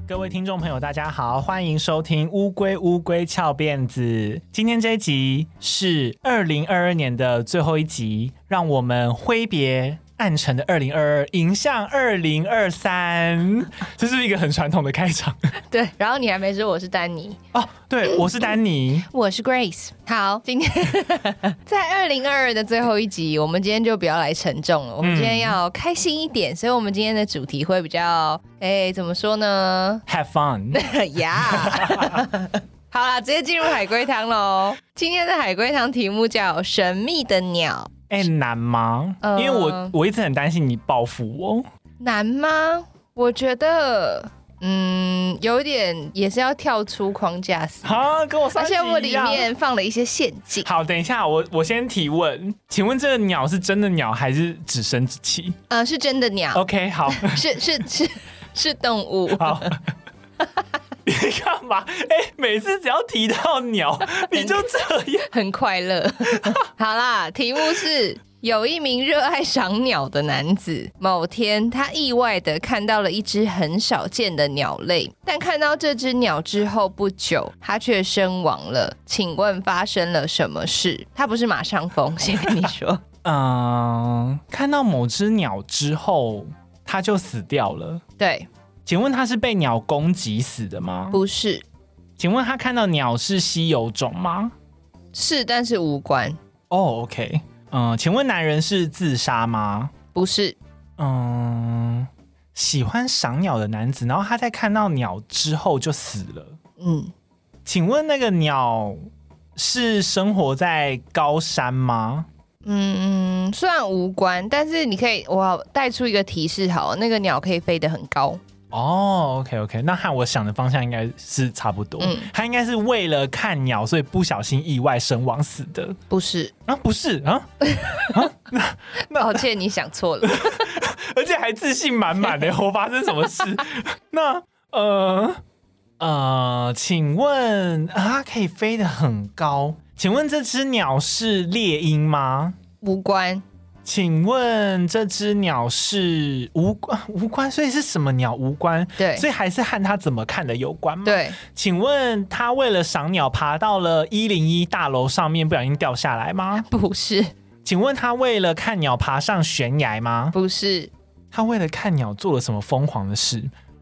各位听众朋友大家好，欢迎收听乌龟乌龟翘辫子。今天这一集是2022年的最后一集，让我们挥别暗沉的2022，迎向2023。这是一个很传统的开场。 对，然后你还没说我是丹尼哦，对，我是丹尼， 我是 Grace。好，今天在2022的最后一集，我们今天就不要来沉重了，我们今天要开心一点，所以我们今天的主题会比较，怎么说呢 ？Have fun 呀好啦，直接进入海龟汤喽。今天的海龟汤题目叫神秘的鸟。 难吗？因为我一直很担心你报复我。 难吗？我觉得有点也是要跳出框架思考， 跟我上集一样， 而且我里面放了一些陷阱。 好，等一下，我先提问，请问这个鸟是真的鸟还是只生殖器？ 是真的鸟。 OK， 好， 是动物。 好。你干嘛？每次只要提到鸟，你就这样， 很快乐。好啦，题目是：有一名热爱赏鸟的男子，某天他意外的看到了一只很少见的鸟类，但看到这只鸟之后不久，他却身亡了。请问发生了什么事？他不是马上疯，先跟你说。 看到某只鸟之后，他就死掉了。 对。 请问他是被鸟攻击死的吗？ 不是。 请问他看到鸟是稀有种吗？ 是，但是无关。 OK。请问男人是自杀吗？ 不是。 喜欢赏鸟的男子，然后他在看到鸟之后就死了。请问那个鸟是生活在高山吗？ 虽然无关，但是你可以，我带出一个提示好了，那个鸟可以飞得很高。 OK， 那和我想的方向应该是差不多。他应该是为了看鸟，所以不小心意外身亡死的。 不是不是啊？ 抱歉，你想错了。 而且还自信满满的，我发生什么事？那请问它可以飞得很高？请问这只鸟是猎鹰吗？ 无关。 请问这只鸟是无关，所以是什么鸟无关？ 对， 所以还是和它怎么看的有关吗？ 对。 请问他为了赏鸟爬到了101大楼上面，不小心掉下来吗？ 不是。 请问他为了看鸟爬上悬崖吗？ 不是。 他为了看鸟做了什么疯狂的事？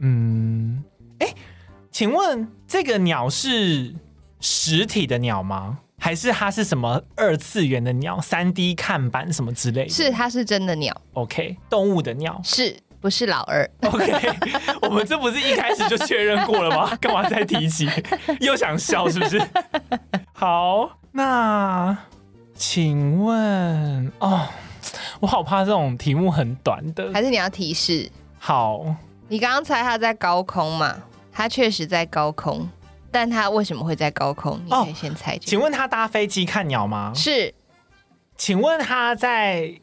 请问这个鸟是实体的鸟吗？还是它是什么2次元的鸟 3D 看板什么之类的？ 是，它是真的鸟。 OK， 动物的鸟。 是不是老二？ OK， 我们这不是一开始就确认过了吗？干嘛再提起？又想笑是不是？好，那请问我好怕这种题目很短的。 还是你要提示？ 好， 你刚刚猜它在高空嘛？它确实在高空，但它为什么会在高空？你可以先猜。 请问他搭飞机看鸟吗？ 是。 请问他在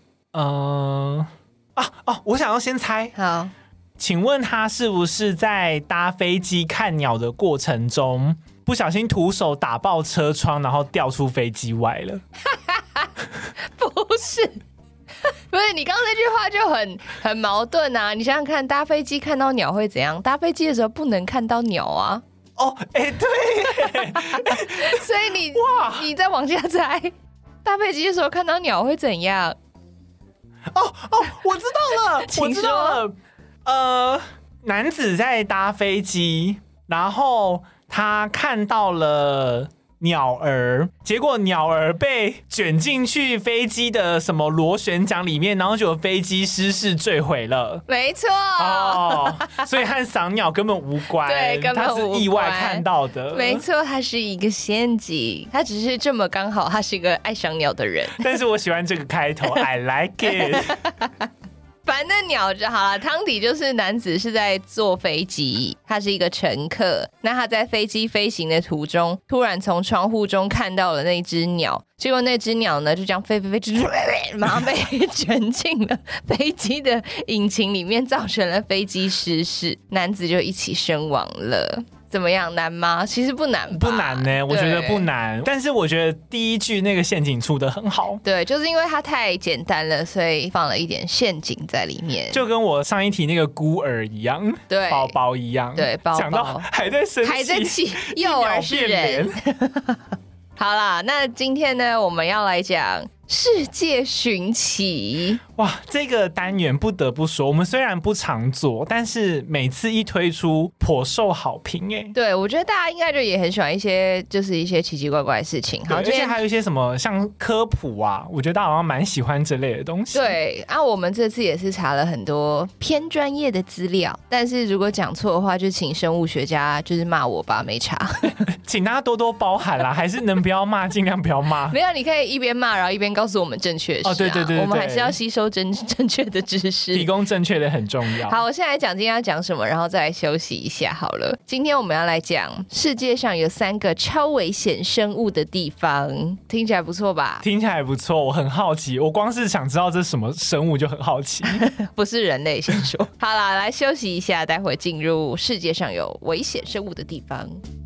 我想要先猜。 好。 请问他是不是在搭飞机看鸟的过程中不小心徒手打爆车窗，然后掉出飞机外了？ 不是。不是，你刚刚那句话就很矛盾啊！你想想看，搭飞机看到鸟会怎样？搭飞机的时候不能看到鸟啊！ 对， 所以你再往下猜，搭飞机的时候看到鸟会怎样？ 我知道了，我知道了。男子在搭飞机，然后他看到了鸟儿，结果鸟儿被卷进去飞机的什么螺旋桨里面，然后就飞机失事坠毁了。 没错。 所以和赏鸟根本无关。 对，根本无关。 他是意外看到的。 没错，它是一个陷阱，他只是这么刚好，他是一个爱赏鸟的人。 但是我喜欢这个开头，I like it。 反正鸟就好了。汤底就是男子是在坐飞机，他是一个乘客。那他在飞机飞行的途中，突然从窗户中看到了那只鸟，结果那只鸟呢就这样飞，马上被卷进了飞机的引擎里面，造成了飞机失事，男子就一起身亡了。 怎么样？难吗？其实不难吧， 不难呢，我觉得不难。但是我觉得第一句那个陷阱出得很好。 对，就是因为它太简单了，所以放了一点陷阱在里面， 就跟我上一题那个孤儿一样， 对， 宝宝一样， 对，宝宝讲到还在生气， 还在气，幼儿是人。好啦，那今天呢，我们要来讲世界寻奇。 哇，这个单元不得不说，我们虽然不常做，但是每次一推出颇受好评哎。 对，我觉得大家应该就也很喜欢一些就是一些奇奇怪怪的事情。好， 而且还有一些什么像科普啊，我觉得大家好像蛮喜欢这类的东西。 对啊，我们这次也是查了很多偏专业的资料，但是如果讲错的话，就请生物学家就是骂我吧，没查。 请大家多多包涵啦，还是能不要骂尽量不要骂。 没有，你可以一边骂，然后一边告诉我们正确的事啊。 哦，对对对对， 我们还是要吸收正确的知识， 提供正确的很重要。 好，我现在讲今天要讲什么，然后再来休息一下好了。今天我们要来讲世界上有3个超危险生物的地方，听起来不错吧？ 听起来不错，我很好奇，我光是想知道这是什么生物就很好奇。 不是人类，先说。好啦，来休息一下，待会进入世界上有危险生物的地方。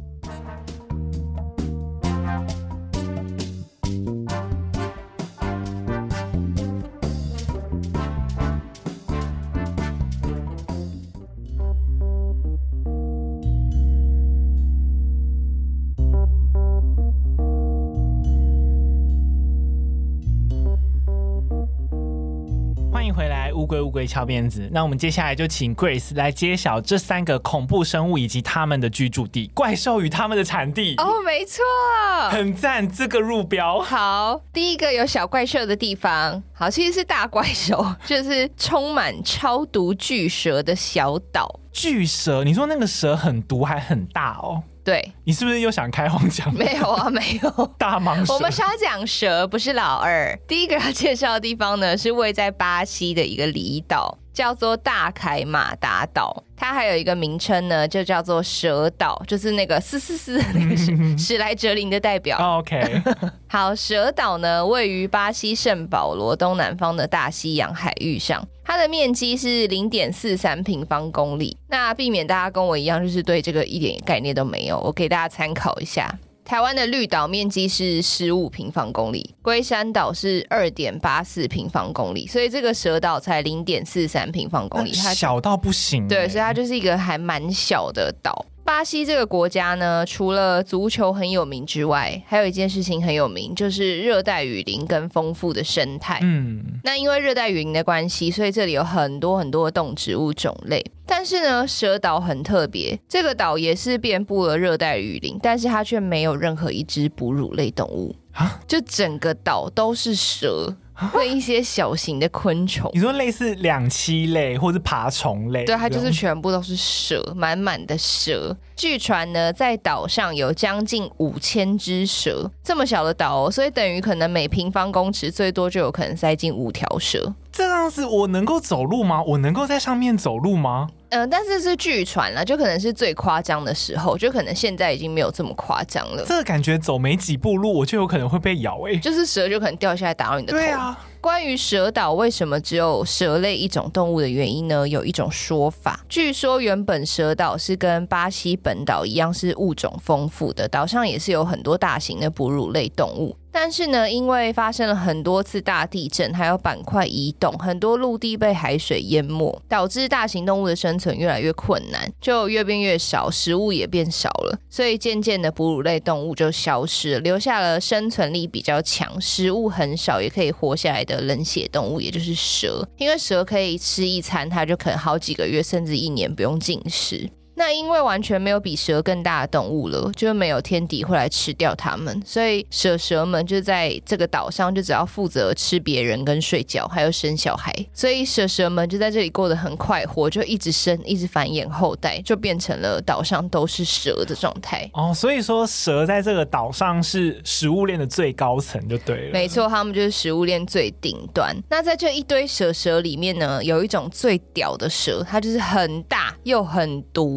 欢迎回来，乌龟乌龟敲辫子。那我们接下来就请 Grace 来揭晓这3个恐怖生物以及它们的居住地，怪兽与它们的产地。 哦，没错， 很赞，这个入标。 好，第一个有小怪兽的地方，好，其实是大怪兽，就是充满超毒巨蛇的小岛。 巨蛇，你说那个蛇很毒还很大哦？ 对， 你是不是又想开黄腔？ 没有啊，没有。 大蟒蛇， 我们是要讲蛇，不是老二。第一个要介绍的地方呢，是位在巴西的一个离岛，叫做大凯马达岛。它还有一个名称呢，就叫做蛇岛，就是那个444的那个史莱哲林的代表。 OK， 好，蛇岛呢位于巴西圣保罗东南方的大西洋海域上，它的面积是0.43平方公里。那避免大家跟我一样，就是对这个一点概念都没有，我给大家参考一下。台湾的绿岛面积是15平方公里，龟山岛是2.84平方公里，所以这个蛇岛才0.43平方公里，它小到不行。 对，所以它就是一个还蛮小的岛。巴西这个国家呢，除了足球很有名之外，还有一件事情很有名，就是热带雨林跟丰富的生态。那因为热带雨林的关系，所以这里有很多很多的动植物种类。但是呢，蛇岛很特别，这个岛也是遍布了热带雨林，但是它却没有任何一只哺乳类动物，就整个岛都是蛇。跟一些小型的昆虫， 你说类似两栖类或是爬虫类？ 对，它就是全部都是蛇，满满的蛇。据传呢，在岛上有将近5000只蛇，这么小的岛哦，所以等于可能每平方公尺最多就有可能塞进5条蛇。 这样子我能够走路吗？我能够在上面走路吗？ 但是是据传啦，就可能是最夸张的时候，就可能现在已经没有这么夸张了。 这个感觉走没几步路，我就有可能会被咬就是蛇就可能掉下来打到你的头。 对啊。 关于蛇岛为什么只有蛇类一种动物的原因呢？有一种说法，据说原本蛇岛是跟巴西本岛一样是物种丰富的，岛上也是有很多大型的哺乳类动物。但是呢，因为发生了很多次大地震，还有板块移动，很多陆地被海水淹没，导致大型动物的生存越来越困难，就越变越少，食物也变少了，所以渐渐的哺乳类动物就消失了，留下了生存力比较强，食物很少也可以活下来的冷血动物，也就是蛇。因为蛇可以吃一餐，它就可能好几个月甚至1年不用进食。那因为完全没有比蛇更大的动物了，就没有天敌会来吃掉它们，所以蛇们就在这个岛上就只要负责吃别人跟睡觉还有生小孩，所以蛇们就在这里过得很快活，就一直生一直繁衍后代，就变成了岛上都是蛇的状态。 所以说蛇在这个岛上是食物链的最高层就对了。 没错，他们就是食物链最顶端。那在这一堆蛇里面呢，有一种最屌的蛇，它就是很大又很毒，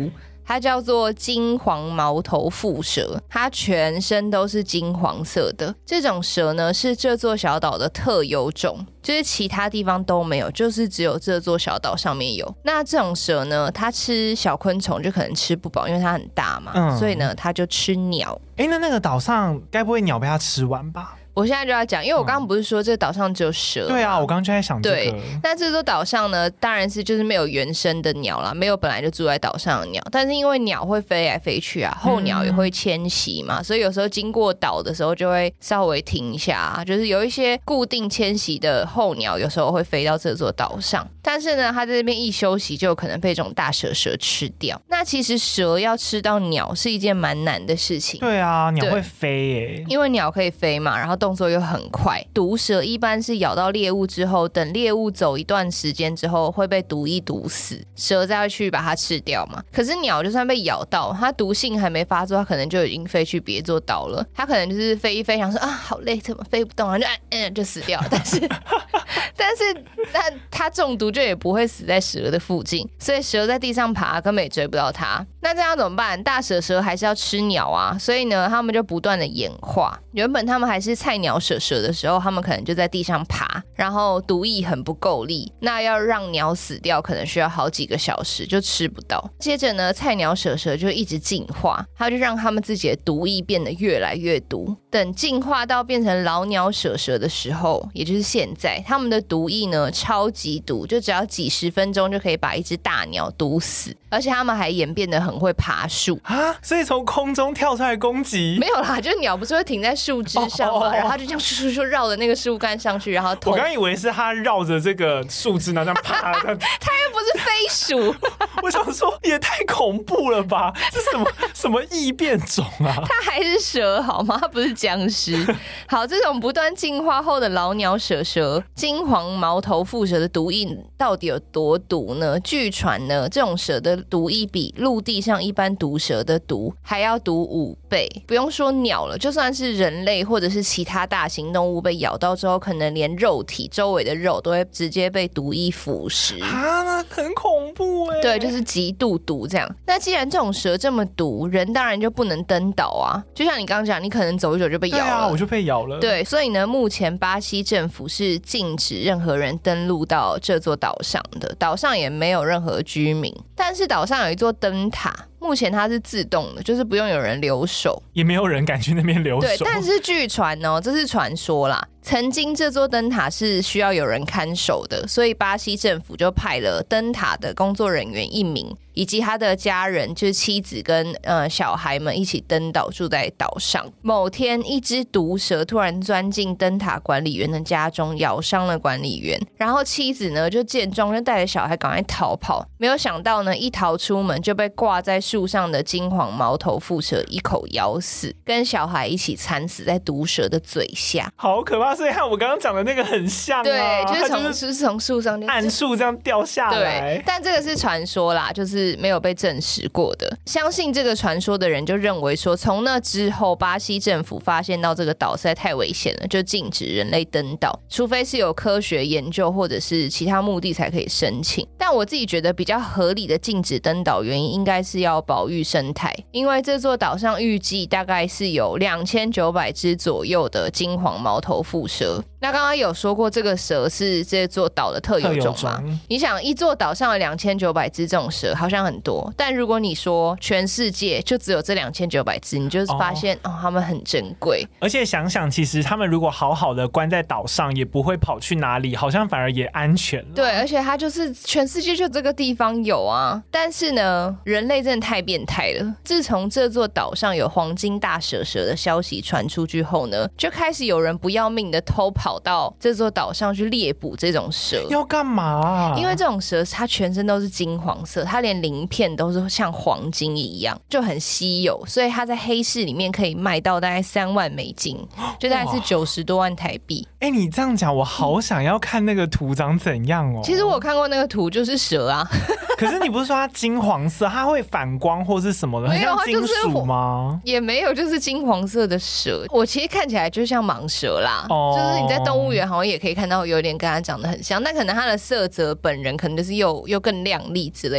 它叫做金黄毛头腹蛇，它全身都是金黄色的。这种蛇呢是这座小岛的特有种，就是其他地方都没有，就是只有这座小岛上面有。那这种蛇呢，它吃小昆虫就可能吃不饱，因为它很大嘛，所以呢它就吃鸟。 那个岛上该不会鸟被它吃完吧？ 我现在就要讲，因为我刚刚不是说这个岛上只有蛇吗？ 对啊，我刚刚就在想这个。 对，那这座岛上呢，当然是就是没有原生的鸟啦，没有本来就住在岛上的鸟，但是因为鸟会飞来飞去啊，候鸟也会迁徙嘛，所以有时候经过岛的时候就会稍微停一下，就是有一些固定迁徙的候鸟有时候会飞到这座岛上，但是呢，它在这边一休息就有可能被这种大蛇吃掉。那其实蛇要吃到鸟是一件蛮难的事情。 对啊，鸟会飞耶， 因为鸟可以飞嘛，然后动作又很快。毒蛇一般是咬到猎物之后，等猎物走一段时间之后会被毒液毒死，蛇再去把它吃掉嘛。可是鸟就算被咬到，它毒性还没发作，它可能就已经飞去别座岛了。它可能就是飞一飞，想说啊好累，怎么飞不动，然后就死掉了。但是它中毒就也不会死在蛇的附近，所以蛇在地上爬根本也追不到它。那这样怎么办？大蛇还是要吃鸟啊，所以呢，他们就不断的演化。原本他们还是菜鸟蛇的时候，他们可能就在地上爬，然后毒液很不够力，那要让鸟死掉，可能需要好几个小时，就吃不到。接着呢，菜鸟蛇就一直进化，它就让他们自己的毒液变得越来越毒。等进化到变成老鸟蛇的时候，也就是现在，他们的毒液呢超级毒，就只要几十分钟就可以把一只大鸟毒死，而且他们还演变得很会爬树啊！所以从空中跳出来攻击？ 没有啦，就是鸟不是会停在树枝上吗？然后它就这样咻绕着那个树干上去，然后我刚以为是它绕着这个树枝，然后这样啪，它又不是飞鼠。 我想说也太恐怖了吧？这什么异变种啊？ 它还是蛇好吗？它不是僵尸。好，这种不断进化后的老鸟蛇金黄毛头腹蛇的毒液到底有多毒呢？据传呢，这种蛇的毒液比陆地上一般毒蛇的毒还要毒5倍。不用说鸟了，就算是人类或者是其他大型动物被咬到之后，可能连肉体周围的肉都会直接被毒液腐蚀啊，那很恐怖哎。 对，就是极度毒这样。那既然这种蛇这么毒，人当然就不能登岛啊。就像你刚刚讲，你可能走一走就被咬了。对啊，我就被咬了。 对，所以呢，目前巴西政府是禁止任何人登陆到这座岛上的，岛上也没有任何居民。但是岛上有一座灯塔，目前它是自动的，就是不用有人留守， 也没有人敢去那边留守。 对，但是据传哦，这是传说啦。曾经这座灯塔是需要有人看守的，所以巴西政府就派了灯塔的工作人员1名，以及他的家人，就是妻子跟小孩们一起登岛住在岛上。某天，一只毒蛇突然钻进灯塔管理员的家中，咬伤了管理员。然后妻子呢就见状，就带着小孩赶快逃跑。没有想到呢，一逃出门就被挂在树上的金黄毛头腹蛇一口咬死，跟小孩一起惨死在毒蛇的嘴下。 好可怕！所以和我刚刚讲的那个很像啊。 对，就是从树上按树这样掉下来。 对，但这个是传说啦，就是没有被证实过的。相信这个传说的人就认为说，从那之后，巴西政府发现到这个岛实在太危险了，就禁止人类登岛，除非是有科学研究或者是其他目的才可以申请。但我自己觉得比较合理的禁止登岛原因，应该是要保育生态，因为这座岛上预计大概是有2900只左右的金黄毛头腹蛇。那刚刚有说过，这个蛇是这座岛的特有种嘛？你想，一座岛上有2900只这种蛇，好像很多。但如果你说全世界就只有这2900只，你就发现它们很珍贵。 而且想想，其实他们如果好好的关在岛上，也不会跑去哪里，好像反而也安全了。 对，而且它就是全世界就这个地方有啊。但是呢，人类真的太变态了。自从这座岛上有黄金大蛇的消息传出去后呢，就开始有人不要命的偷跑到这座岛上去猎捕这种蛇。 要干嘛？ 因为这种蛇它全身都是金黄色，它连鳞片都是像黄金一样，就很稀有，所以它在黑市里面可以卖到大概3万美金，就大概是90多万台币。 你这样讲我好想要看那个图长怎样哦。 其实我有看过那个图，就是蛇啊。 可是你不是说它金黄色，它会反光或是什么的，很像金属吗？ 也没有，就是金黄色的蛇。我其实看起来就像蟒蛇啦，就是你在动物园好像也可以看到有点跟它长得很像，但可能它的色泽本人可能就是又更亮丽之类的吧。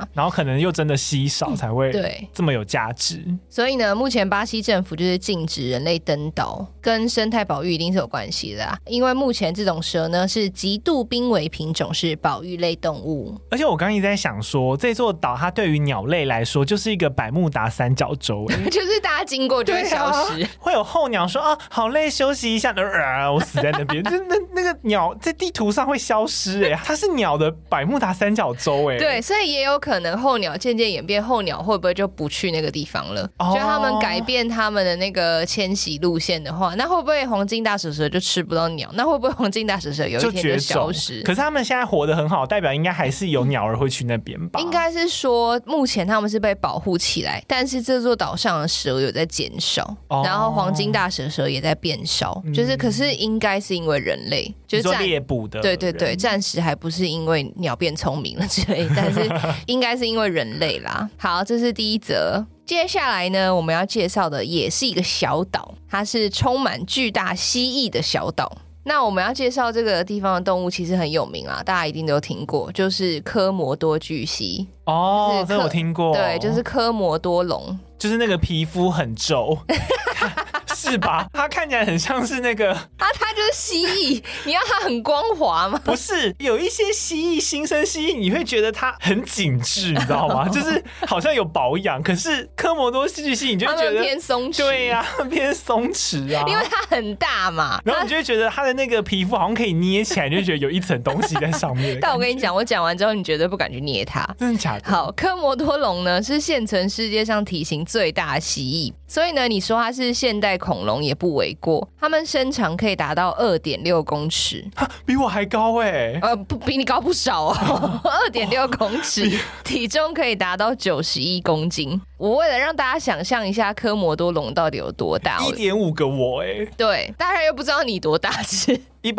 嘛， 然后可能又真的稀少才会对这么有价值。 所以呢，目前巴西政府就是禁止人类登岛，跟生态保育一定是有关系的因为目前这种蛇呢是极度濒危品种，是保育类动物。 而且我刚刚一直在想说，这座岛它对于鸟类来说就是一个百慕达三角洲就是大家经过就会消失， 会有候鸟说啊，好累，休息一下，我死在那边。就那个鸟在地图上会消失它是鸟的百慕达三角洲对，所以也有可能候鸟渐渐演变，候鸟会不会就不去那个地方了？就他们改变他们的那个迁徙路线的话，那会不会黄金大舌蛇就吃不到鸟？那会不会黄金大舌蛇有一天就消失？ 可是他们现在活得很好，代表应该还是有鸟儿会去那边吧？ 应该是说目前他们是被保护起来，但是这座岛上的蛇有在减少，然后黄金大舌蛇也在变少，就是可是应该是因为人类，就是猎捕的， 对对对，暂时还不是因为鸟变聪明了之类，但是应该是因为人类啦。好，这是第一则。接下来呢，我们要介绍的也是一个小岛，它是充满巨大蜥蜴的小岛。那我们要介绍这个地方的动物其实很有名啦，大家一定都听过，就是科摩多巨蜥。 这我听过。 对，就是科摩多龙， 就是那个皮肤很皱是吧？它看起来很像是那个它就是蜥蜴，你要它很光滑吗？ 不是，有一些蜥蜴，新生蜥蜴，你会觉得它很紧致，你知道吗？就是好像有保养，可是科摩多巨蜥你就会觉得偏松弛， 对呀，偏松弛啊， 因为它很大嘛， 然后你就会觉得它的那个皮肤好像可以捏起来，你就觉得有一层东西在上面。 但我跟你讲，我讲完之后，你绝对不敢去捏它， 真的假的？ 好，科摩多龙呢是现存世界上体型最大的蜥蜴，所以呢，你说它是现代恐龙也不为过。它们身长可以达到2.6公尺， 比我还高不比你高不少哦，2.6公尺，体重可以达到91公斤。我为了让大家想象一下科摩多龙到底有多大 ，1.5个我对，当然又不知道你多大只。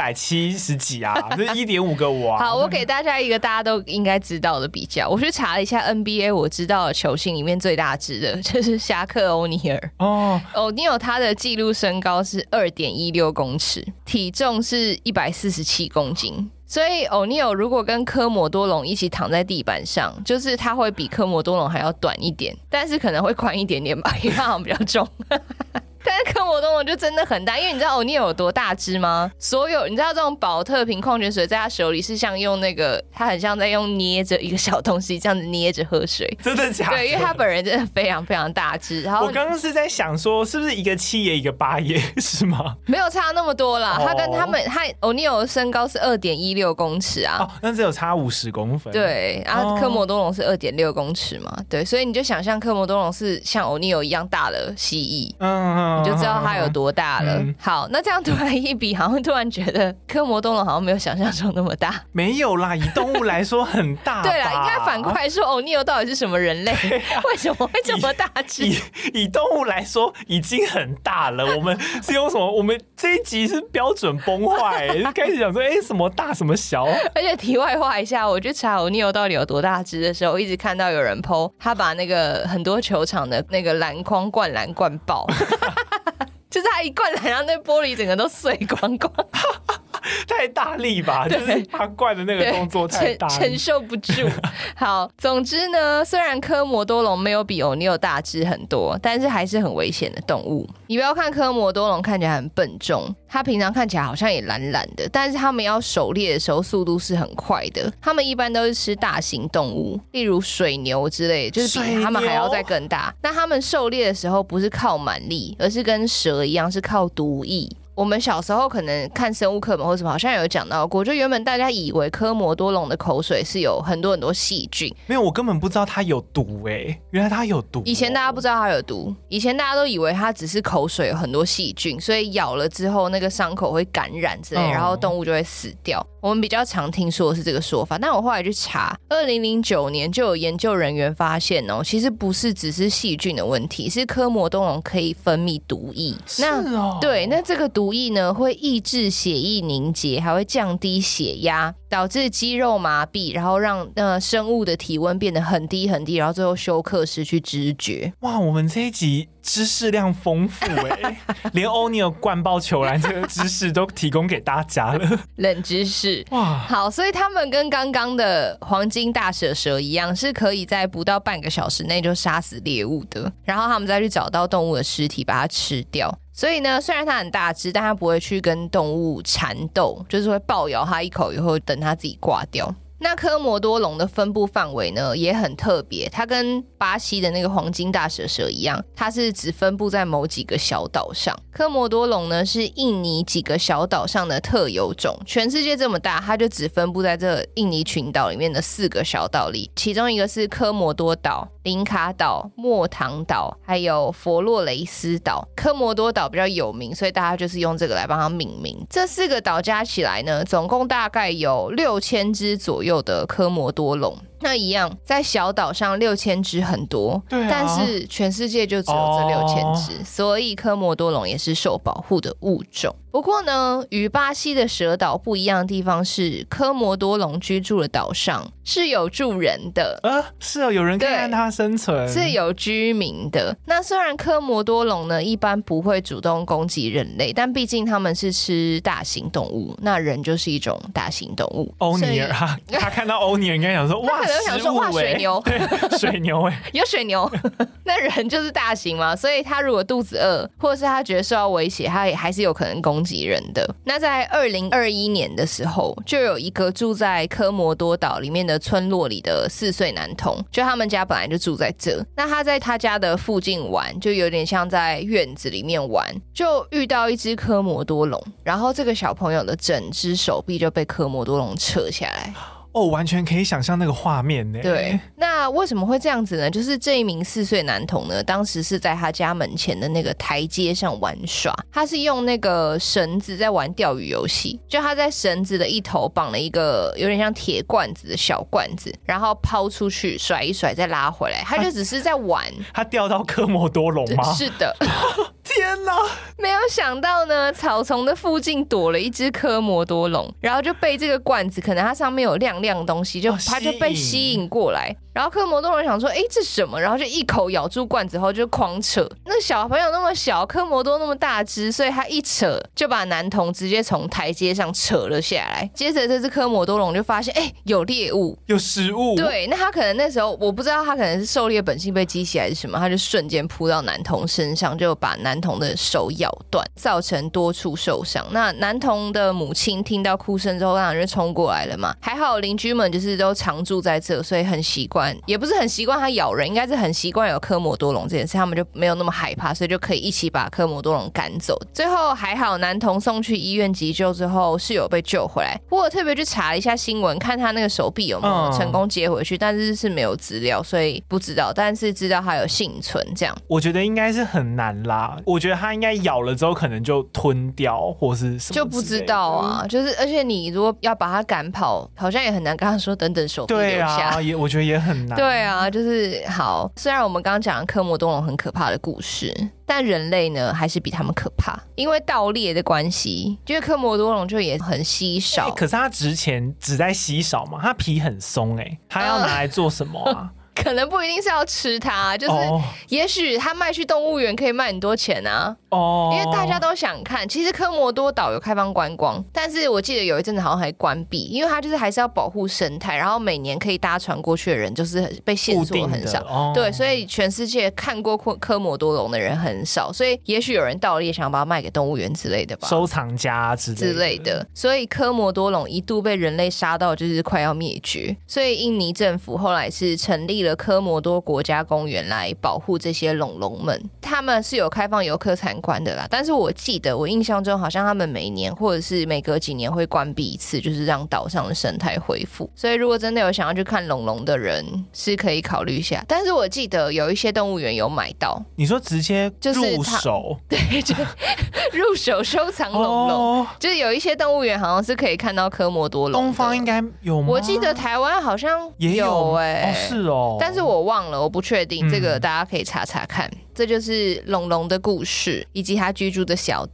170几啊，这1.5个我好，我给大家一个大家都应该知道的比较。我去查了一下 NBA 我知道的球星里面最大只的就是侠客欧尼尔。欧尼尔他的纪录身高是2.16公尺，体重是147公斤。所以欧尼尔如果跟科摩多龙一起躺在地板上，就是他会比科摩多龙还要短一点，但是可能会宽一点点吧，因为他好像比较重。但是科摩多龙就真的很大，因为你知道欧尼尔有多大只吗？所有你知道这种宝特瓶矿泉水在他手里是像用那个，他很像在用捏着一个小东西这样子捏着喝水。 真的假的？ 对，因为他本人真的非常非常大只。然后我刚刚是在想说，是不是一个7爷一个8爷是吗？ 没有差那么多啦。他跟他欧尼尔的身高是2.16公尺啊。 那只有差50公分。 对，科摩多龙是2.6公尺嘛。对，所以你就想象科摩多龙是像欧尼尔一样大的蜥蜴。你就知道它有多大了。好，那这样突然一比，好像突然觉得科摩多龙好像没有想象中那么大。 没有啦，以动物来说很大吧。 对啦，应该反过来说，欧尼尔到底是什么人类？为什么会这么大只？ 以动物来说已经很大了。我们是用什么？我们这一集是标准崩坏，就开始讲说，什么大什么小。 而且题外话一下，我去查欧尼尔到底有多大只的时候，我一直看到有人 po 他把那个很多球场的那个篮筐灌篮灌爆。就是他一灌篮，然后那玻璃整个都碎光光， 太大力吧？就是他灌的那个动作太大力， 承受不住。好，总之呢，虽然科摩多龙没有比欧尼尔大只很多，但是还是很危险的动物。你不要看科摩多龙看起来很笨重，它平常看起来好像也懒懒的，但是它们要狩猎的时候速度是很快的。它们一般都是吃大型动物，例如水牛之类的，就是比它们还要再更大。那它们狩猎的时候不是靠蛮力，而是跟蛇一样是靠毒液。我们小时候可能看生物课本或什么好像有讲到过，就原本大家以为科摩多龙的口水是有很多很多细菌。 没有，我根本不知道它有毒原来它有毒。 以前大家不知道它有毒，以前大家都以为它只是口水有很多细菌，所以咬了之后那个伤口会感染之类，然后动物就会死掉。我们比较常听说的是这个说法，但我后来去查，2009年就有研究人员发现其实不是只是细菌的问题，是科摩多龙可以分泌毒液。对，那这个毒液呢会抑制血液凝结，还会降低血压。 导致肌肉麻痹，然后让生物的体温变得很低很低，然后最后休克失去知觉。 哇，我们这一集知识量丰富连欧尼尔灌爆球篮这个知识都提供给大家了， 冷知识。 哇， 好，所以他们跟刚刚的黄金大舌蛇一样，是可以在不到半个小时内就杀死猎物的，然后他们再去找到动物的尸体把它吃掉。所以呢，虽然它很大只，但它不会去跟动物缠斗，就是会暴咬它一口以后等它自己挂掉。那科摩多龙的分布范围呢也很特别，它跟巴西的那个黄金大舌蛇一样，它是只分布在某几个小岛上。科摩多龙呢是印尼几个小岛上的特有种，全世界这么大，它就只分布在这印尼群岛里面的4个小岛里，其中一个是科摩多岛、林卡岛、莫唐岛还有佛洛雷斯岛。科摩多岛比较有名，所以大家就是用这个来帮它命名。这4个岛加起来呢，总共大概有6000只左右的科摩多龙。那一样，在小岛上6000只很多， 对啊， 但是全世界就只有这6000只，所以科摩多龙也是受保护的物种。不过呢，与巴西的蛇岛不一样的地方是，科摩多龙居住的岛上是有住人的， 是有人可以让它生存， 是有居民的。那虽然科摩多龙呢一般不会主动攻击人类，但毕竟他们是吃大型动物，那人就是一种大型动物。 欧尼尔他看到欧尼尔应该想说，哇， 他可能想说哇，水牛， 对，水牛有水牛，那人就是大型嘛，所以他如果肚子饿，或者是他觉得受到威胁，他也还是有可能攻击人的。那在2021年的时候，就有一个住在科摩多岛里面的村落里的4岁男童，就他们家本来就住在这，那他在他家的附近玩，就有点像在院子里面玩，就遇到一只科摩多龙，然后这个小朋友的整只手臂就被科摩多龙扯下来。 完全可以想象那个画面呢。 对，那为什么会这样子呢？就是这一名4岁男童呢，当时是在他家门前的那个台阶上玩耍，他是用那个绳子在玩钓鱼游戏，就他在绳子的一头绑了一个有点像铁罐子的小罐子，然后抛出去甩一甩再拉回来，他就只是在玩。 他钓到科摩多龙吗？ 是的。 天哪！ 没有想到呢，草丛的附近躲了一只科摩多龙，然后就被这个罐子，可能它上面有亮亮东西，它就被吸引过来。然后科摩多龙想说，这什么？然后就一口咬住罐子后就狂扯。那小朋友那么小，科摩多那么大只，所以他一扯就把男童直接从台阶上扯了下来。接着这只科摩多龙就发现，有猎物， 有食物。 对，那他可能那时候我不知道，他可能是狩猎本性被激起来是什么，他就瞬间扑到男童身上，就把男童的手咬断，造成多处受伤。那男童的母亲听到哭声之后，当然就冲过来了嘛。还好邻居们就是都常住在这，所以很习惯，也不是很习惯它咬人，应该是很习惯有科摩多龙这件事，他们就没有那么害怕，所以就可以一起把科摩多龙赶走。最后还好，男童送去医院急救之后是有被救回来。不过我特别去查了一下新闻，看他那个手臂有没有成功接回去，但是没有资料，所以不知道，但是知道他有幸存。这样我觉得应该是很难啦，我觉得他应该咬了之后可能就吞掉或是什么， 就不知道啊。就是而且你如果要把他赶跑，好像也很难跟他说等等手臂留下。 对啊，我觉得也很难。 对啊，就是好。虽然我们刚刚讲的科摩多龙很可怕的故事，但人类呢还是比他们可怕，因为盗猎的关系，因为科摩多龙就也很稀少。 可是它值钱只在稀少嘛，它皮很松它要拿来做什么啊？ 可能不一定是要吃它，就是也许它卖去动物园可以卖很多钱啊。因为大家都想看。其实科摩多岛有开放观光，但是我记得有一阵子好像还关闭，因为它就是还是要保护生态，然后每年可以搭船过去的人就是被限缩很少。对，所以全世界看过科摩多龙的人很少，所以也许有人盗猎想把它卖给动物园之类的吧， 收藏家之类的。 所以科摩多龙一度被人类杀到就是快要灭绝，所以印尼政府后来是成立了科摩多国家公园来保护这些龙龙们。他们是有开放游客参观的啦，但是我记得我印象中好像他们每年或者是每隔几年会关闭一次，就是让岛上的生态恢复。所以如果真的有想要去看龙龙的人是可以考虑一下，但是我记得有一些动物园有买到。 你说直接入手？ 对，就入手收藏龙龙。就是有一些动物园好像是可以看到科摩多龙。 东方应该有吗？ 我记得台湾好像也有是哦， 但是我忘了，我不确定，这个大家可以查查看。这就是龙龙的故事以及他居住的小岛。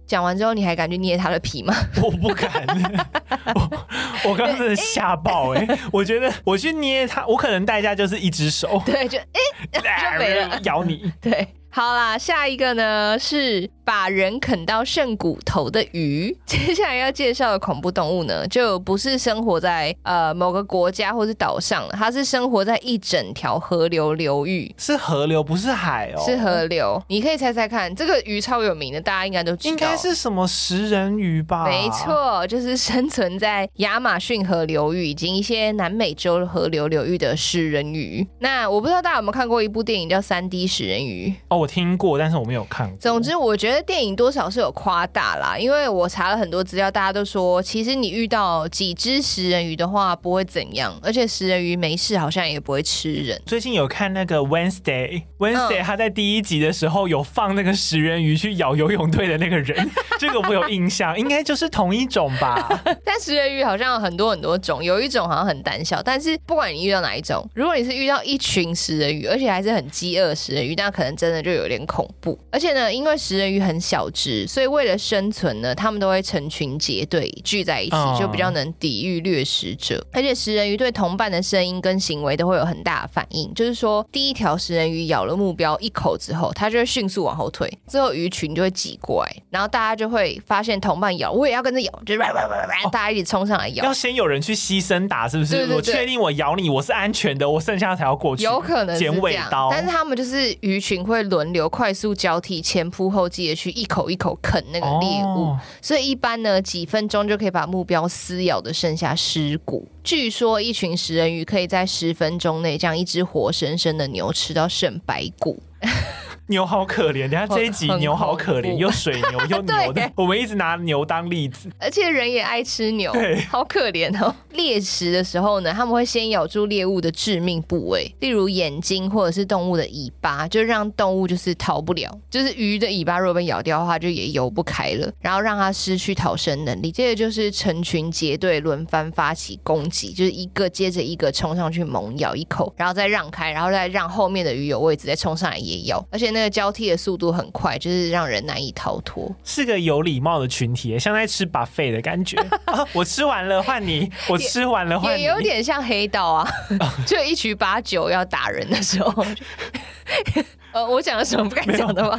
讲完之后你还敢去捏他的皮吗？ 我不敢。我刚刚真的吓爆我觉得我去捏他，我可能代价就是一只手， 对，就没了， 咬你。 对，好啦，下一个呢是把人啃到剩骨头的鱼。接下来要介绍的恐怖动物呢，就不是生活在某个国家或是岛上，它是生活在一整条河流流域。 是河流不是海哦， 是河流。你可以猜猜看，这个鱼超有名的，大家应该都知道， 应该是什么食人鱼吧？ 没错，就是生存在亚马逊河流域以及一些南美洲河流流域的食人鱼。那我不知道大家有没有看过一部电影叫《3D 食人鱼》 哦，我听过，但是我没有看过。 总之，我觉得电影多少是有夸大啦，因为我查了很多资料，大家都说，其实你遇到几只食人鱼的话不会怎样，而且食人鱼没事好像也不会吃人。 最近有看那个 Wednesday，他在第1集的时候有放那个食人鱼去咬游泳队的那个人，这个我有印象，应该就是同一种吧？ 但食人鱼好像有很多很多种，有一种好像很胆小，但是不管你遇到哪一种，如果你是遇到一群食人鱼，而且还是很饥饿的食人鱼，那可能真的就有点恐怖。而且呢，因为食人鱼很小只，所以为了生存呢，他们都会成群结队聚在一起，就比较能抵御掠食者。而且食人鱼对同伴的声音跟行为都会有很大的反应，就是说第一条食人鱼咬了目标一口之后，它就会迅速往后退，之后鱼群就会挤过来，然后大家就会发现同伴咬，我也要跟着咬，就大家一起冲上来咬。 要先有人去牺牲打，是不是？ 对对对， 我确定我咬你我是安全的，我剩下才要过去， 有可能是剪尾刀。 但是他们就是鱼群会轮流快速交替，前仆后继的去一口一口啃那个猎物，所以一般呢几分钟就可以把目标撕咬的剩下尸骨。据说一群食人鱼可以在10分钟内将一只活生生的牛吃到剩白骨。 牛好可怜，等一下这一集牛好可怜，又水牛又牛的，我们一直拿牛当例子， 而且人也爱吃牛， 对， 好可怜哦。猎食的时候呢，他们会先咬住猎物的致命部位，例如眼睛或者是动物的尾巴，就让动物就是逃不了，就是鱼的尾巴如果被咬掉的话，就也游不开了，然后让它失去逃生能力。接着就是成群结队轮番发起攻击，就是一个接着一个冲上去猛咬一口，然后再让开，然后再让后面的鱼有位置再冲上来也咬，而且那个交替的速度很快，就是让人难以逃脱。 是个有礼貌的群体，像在吃 buffet 的感觉。我吃完了换你，我吃完了换你， 也有点像黑道啊，就一局把酒要打人的时候。我讲了什么不该讲的吗？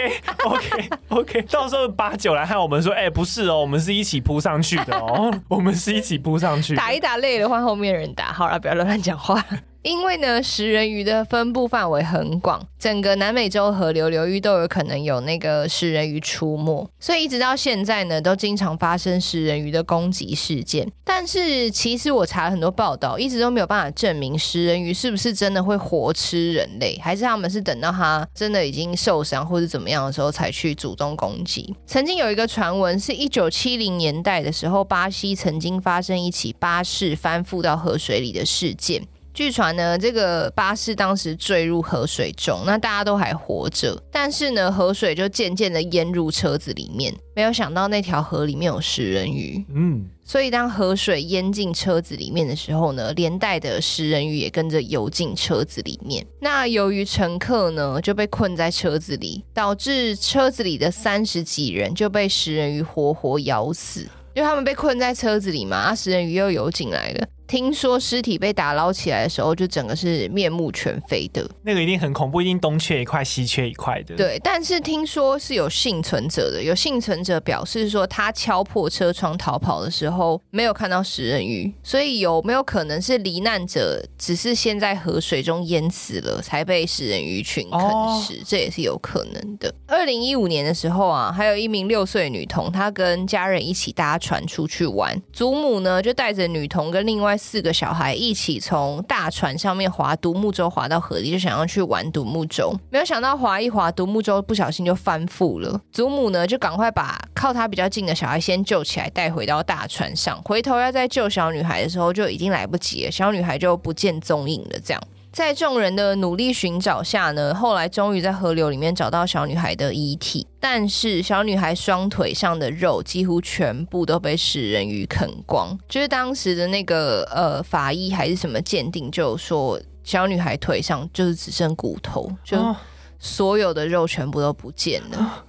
OK， 到时候89来和我们说，不是哦，我们是一起扑上去的哦，我们是一起扑上去的， 打一打累了换后面人打，好了，不要乱讲话。因为呢，食人鱼的分布范围很广，整个南美洲河流流域都有可能有那个食人鱼出没，所以一直到现在呢，都经常发生食人鱼的攻击事件。但是其实我查了很多报道，一直都没有办法证明食人鱼是不是真的会活吃人类，还是他们是等到它真的已经受伤或是怎么样的时候才去主动攻击。曾经有一个传闻是1970年代的时候，巴西曾经发生一起巴士翻覆到河水里的事件。据传呢，这个巴士当时坠入河水中，那大家都还活着，但是呢，河水就渐渐的淹入车子里面。没有想到那条河里面有食人鱼，所以当河水淹进车子里面的时候呢，连带的食人鱼也跟着游进车子里面。那由于乘客呢就被困在车子里，导致车子里的30几人就被食人鱼活活咬死。就他们被困在车子里嘛，食人鱼又游进来了。听说尸体被打捞起来的时候，就整个是面目全非的。 那个一定很恐怖，一定东缺一块西缺一块的。 对，但是听说是有幸存者的，有幸存者表示说他敲破车窗逃跑的时候没有看到食人鱼，所以有没有可能是罹难者只是先在河水中淹死了才被食人鱼群啃食，这也是有可能的。2015年的时候啊，还有一名6岁女童，她跟家人一起搭船出去玩，祖母呢就带着女童跟另外4个小孩一起从大船上面划独木舟划到河里，就想要去玩独木舟，没有想到划一划独木舟不小心就翻覆了。祖母呢就赶快把靠她比较近的小孩先救起来带回到大船上，回头要再救小女孩的时候就已经来不及了，小女孩就不见踪影了。这样在众人的努力寻找下呢，后来终于在河流里面找到小女孩的遗体，但是小女孩双腿上的肉几乎全部都被食人鱼啃光。就是当时的那个法医还是什么鉴定就说小女孩腿上就是只剩骨头，就所有的肉全部都不见了。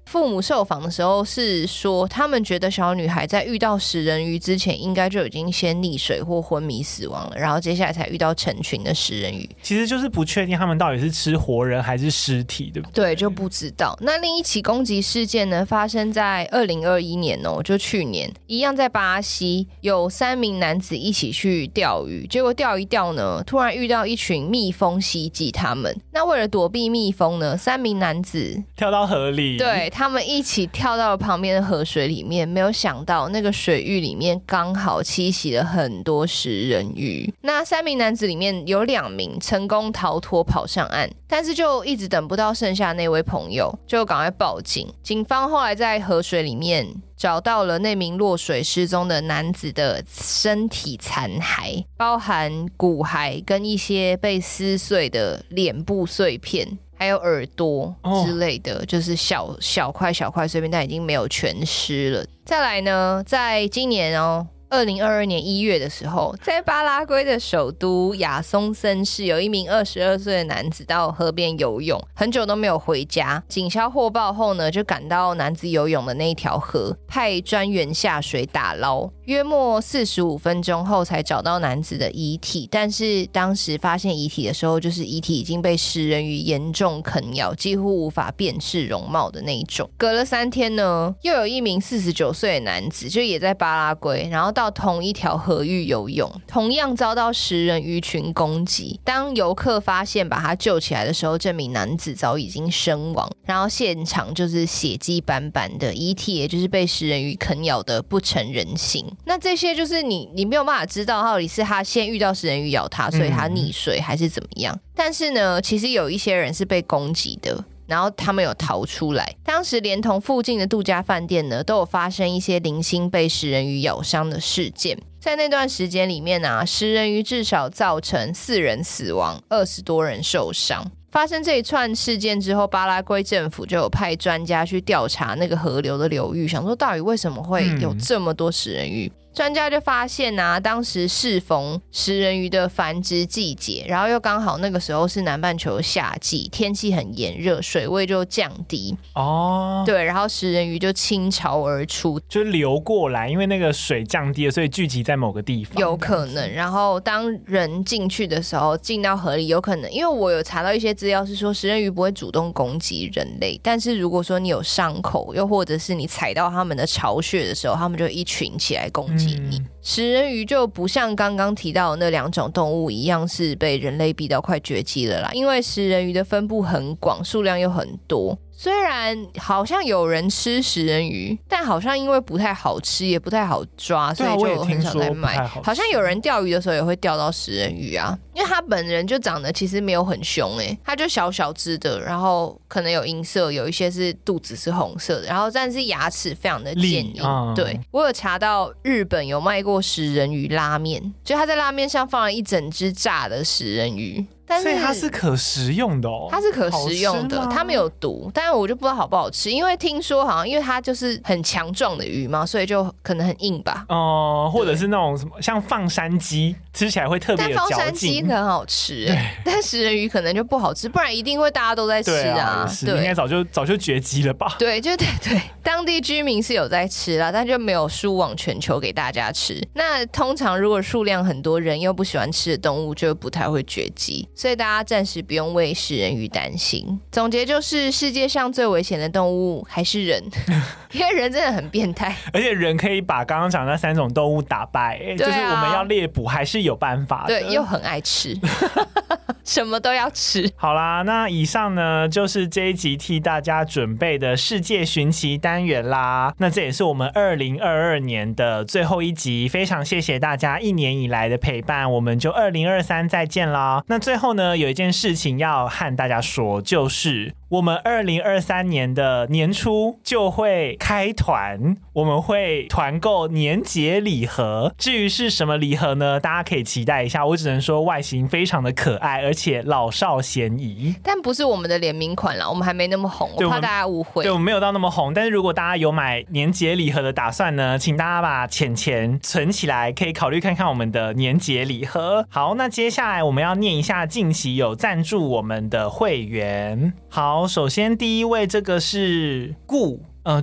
父母受访的时候是说，他们觉得小女孩在遇到食人鱼之前，应该就已经先溺水或昏迷死亡了，然后接下来才遇到成群的食人鱼。 其实就是不确定他们到底是吃活人还是尸体，对不对？ 对，就不知道。那另一起攻击事件呢，发生在2021年哦，就去年，一样在巴西，有3名男子一起去钓鱼，结果钓一钓呢，突然遇到一群蜜蜂袭击他们。那为了躲避蜜蜂呢，3名男子跳到河里， 对，他们一起跳到了旁边的河水里面，没有想到那个水域里面刚好栖息了很多食人鱼。那3名男子里面有2名成功逃脱跑上岸，但是就一直等不到剩下那位朋友，就赶快报警。警方后来在河水里面找到了那名落水失踪的男子的身体残骸，包含骨骸跟一些被撕碎的脸部碎片，还有耳朵之类的，就是小块碎片，但已经没有全尸了。再来呢，在今年2022年1月的时候，在巴拉圭的首都亚松森市，有一名22岁的男子到河边游泳，很久都没有回家。警消获报后呢，就赶到男子游泳的那一条河，派专员下水打捞。约莫45分钟后才找到男子的遗体，但是当时发现遗体的时候，就是遗体已经被食人鱼严重啃咬，几乎无法辨识容貌的那一种。隔了3天呢，又有一名49岁的男子，就也在巴拉圭，然后到同一条河域游泳，同样遭到食人鱼群攻击。当游客发现把他救起来的时候，这名男子早已经身亡，然后现场就是血迹斑斑的，遗体也就是被食人鱼啃咬的不成人形。那这些就是你没有办法知道到底是他先遇到食人鱼咬他，所以他溺水还是怎么样。但是呢，其实有一些人是被攻击的，然后他们有逃出来。当时连同附近的度假饭店呢，都有发生一些零星被食人鱼咬伤的事件。在那段时间里面啊，食人鱼至少造成4人死亡，20多人受伤。发生这一串事件之后，巴拉圭政府就有派专家去调查那个河流的流域，想说到底为什么会有这么多食人鱼。专家就发现啊，当时适逢食人鱼的繁殖季节，然后又刚好那个时候是南半球夏季，天气很炎热，水位就降低对，然后食人鱼就倾巢而出， 就流过来，因为那个水降低了，所以聚集在某个地方， 有可能。然后当人进去的时候，进到河里，有可能，因为我有查到一些资料是说食人鱼不会主动攻击人类，但是如果说你有伤口，又或者是你踩到他们的巢穴的时候，他们就一群起来攻击你。食人鱼就不像刚刚提到的那2种动物一样是被人类逼到快绝迹了啦，因为食人鱼的分布很广，数量又很多。虽然好像有人吃食人鱼，但好像因为不太好吃，也不太好抓，所以就很少在卖。好像有人钓鱼的时候也会钓到食人鱼啊，因为他本人就长得其实没有很凶他就小小只的，然后可能有银色，有一些是肚子是红色的，然后但是牙齿非常的坚硬。对，我有查到日本有卖过食人鱼拉面，就他在拉面上放了一整只炸的食人鱼。但是所以它是可食用的它是可食用的，它没有毒，但是我就不知道好不好吃，因为听说好像因为它就是很强壮的鱼嘛，所以就可能很硬吧。 或者是那种什么像放山鸡，吃起来会特别的嚼劲。 但放山鸡很好吃但食人鱼可能就不好吃，不然一定会大家都在吃啊。 对，应该早就绝迹了吧？ 对，对，当地居民是有在吃啦，但就没有输往全球给大家吃。那通常如果数量很多，人又不喜欢吃的动物，就不太会绝迹。所以大家暂时不用为食人鱼担心。总结就是，世界上最危险的动物还是人，因为人真的很变态， 而且人可以把刚刚讲的那3种动物打败，就是我们要猎捕还是有办法的。 对，又很爱吃，什么都要吃。 好啦，那以上呢就是这一集替大家准备的世界寻奇单元啦。那这也是我们2022年的最后一集，非常谢谢大家1年以来的陪伴，我们就2023再见啦。那最后呢，有一件事情要和大家说，就是我们2023年的年初就会开团，我们会团购年节礼盒。至于是什么礼盒呢，大家可以期待一下。我只能说外形非常的可爱，而且老少咸宜。 但不是我们的联名款啦，我们还没那么红，我怕大家误会。 对，我们没有到那么红，但是如果大家有买年节礼盒的打算呢，请大家把钱存起来，可以考虑看看我们的年节礼盒。好，那接下来我们要念一下近期有赞助我们的会员。好， 好，首先第一位这个是顾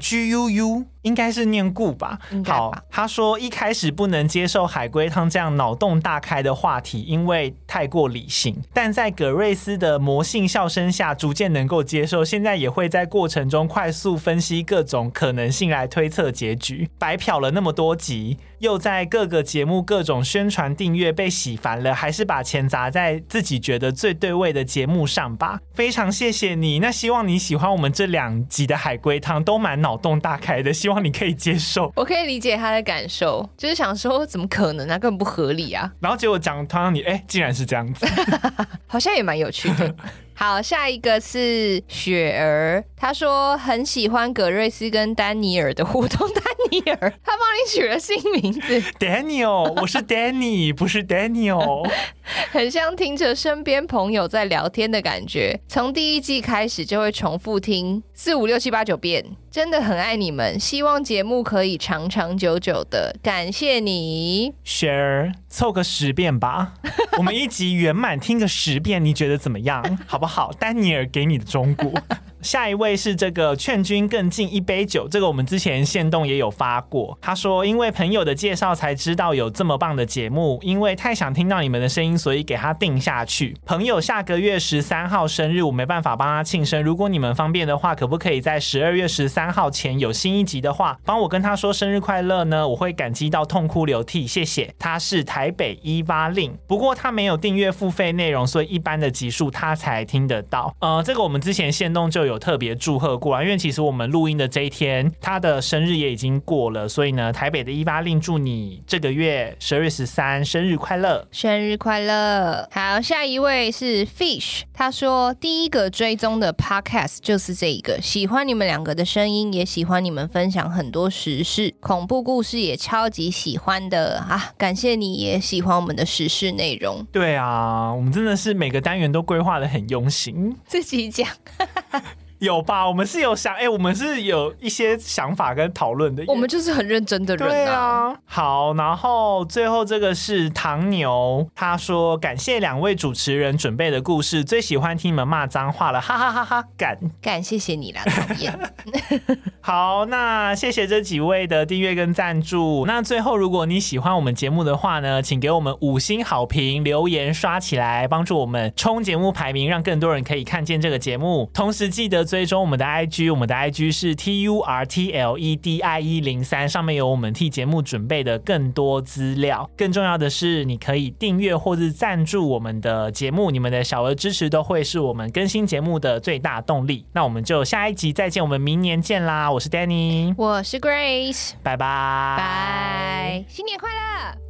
GUU， 应该是念顾吧。好，他说一开始不能接受海龟汤这样脑洞大开的话题，因为太过理性，但在葛瑞斯的魔性笑声下逐渐能够接受，现在也会在过程中快速分析各种可能性来推测结局。白嫖了那么多集，又在各个节目各种宣传订阅被洗烦了，还是把钱砸在自己觉得最对味的节目上吧。非常谢谢你，那希望你喜欢我们这2集的海龟汤，都蛮脑洞大开的，希望你可以接受。 我可以理解他的感受，就是想说怎么可能啊，根本不合理啊。 然后结果讲汤你竟然是这样子， 好像也蛮有趣的。好，下一个是雪儿，他说很喜欢葛瑞斯跟丹尼尔的互动。丹尼尔，他帮你取了新名字 Daniel， 我是 Danny， 不是 Daniel。 很像听着身边朋友在聊天的感觉，从第1季开始就会重复听4、5、6、7、8、9遍，真的很爱你们，希望节目可以长长久久的，感谢你。 雪儿，凑个10遍吧，我们1集圆满听个10遍，你觉得怎么样？好不好？丹尼尔给你的忠告。下一位是这个劝君更尽一杯酒，这个我们之前限动也有发过。他说因为朋友的介绍才知道有这么棒的节目，因为太想听到你们的声音，所以给他定下去。朋友下个月13号生日，我没办法帮他庆生，如果你们方便的话，可不可以在12月13号前有新一集的话，帮我跟他说生日快乐呢？我会感激到痛哭流涕，谢谢。他是台北180，不过他没有订阅付费内容，所以一般的集数他才听得到。这个我们之前限动就有特别祝贺过，因为其实我们录音的这一天他的生日也已经过了，所以呢台北的180祝你这个月12月13生日快乐， 生日快乐。好，下一位是 Fish， 他说第一个追踪的 podcast 就是这一个，喜欢你们2个的声音，也喜欢你们分享很多时事，恐怖故事也超级喜欢的啊！感谢你也喜欢我们的时事内容。 对啊，我们真的是每个单元都规划得很用心， 自己讲。 有吧？我们是有想，我们是有一些想法跟讨论的。 我们就是很认真的人啊。 对啊。好，然后最后这个是唐牛，他说感谢2位主持人准备的故事，最喜欢听你们骂脏话了，哈哈哈哈！感谢谢你啦，讨厌。 好，那谢谢这几位的订阅跟赞助。那最后，如果你喜欢我们节目的话呢，请给我们5星好评，留言刷起来，帮助我们冲节目排名，让更多人可以看见这个节目。同时记得追踪我们的 IG， 我们的 IG 是 TURTLEDIE03， 上面有我们替节目准备的更多资料。更重要的是，你可以订阅或是赞助我们的节目，你们的小额支持都会是我们更新节目的最大动力。那我们就下一集再见，我们明年见啦！我是 Danny， 我是 Grace， 拜拜， 拜，新年快乐！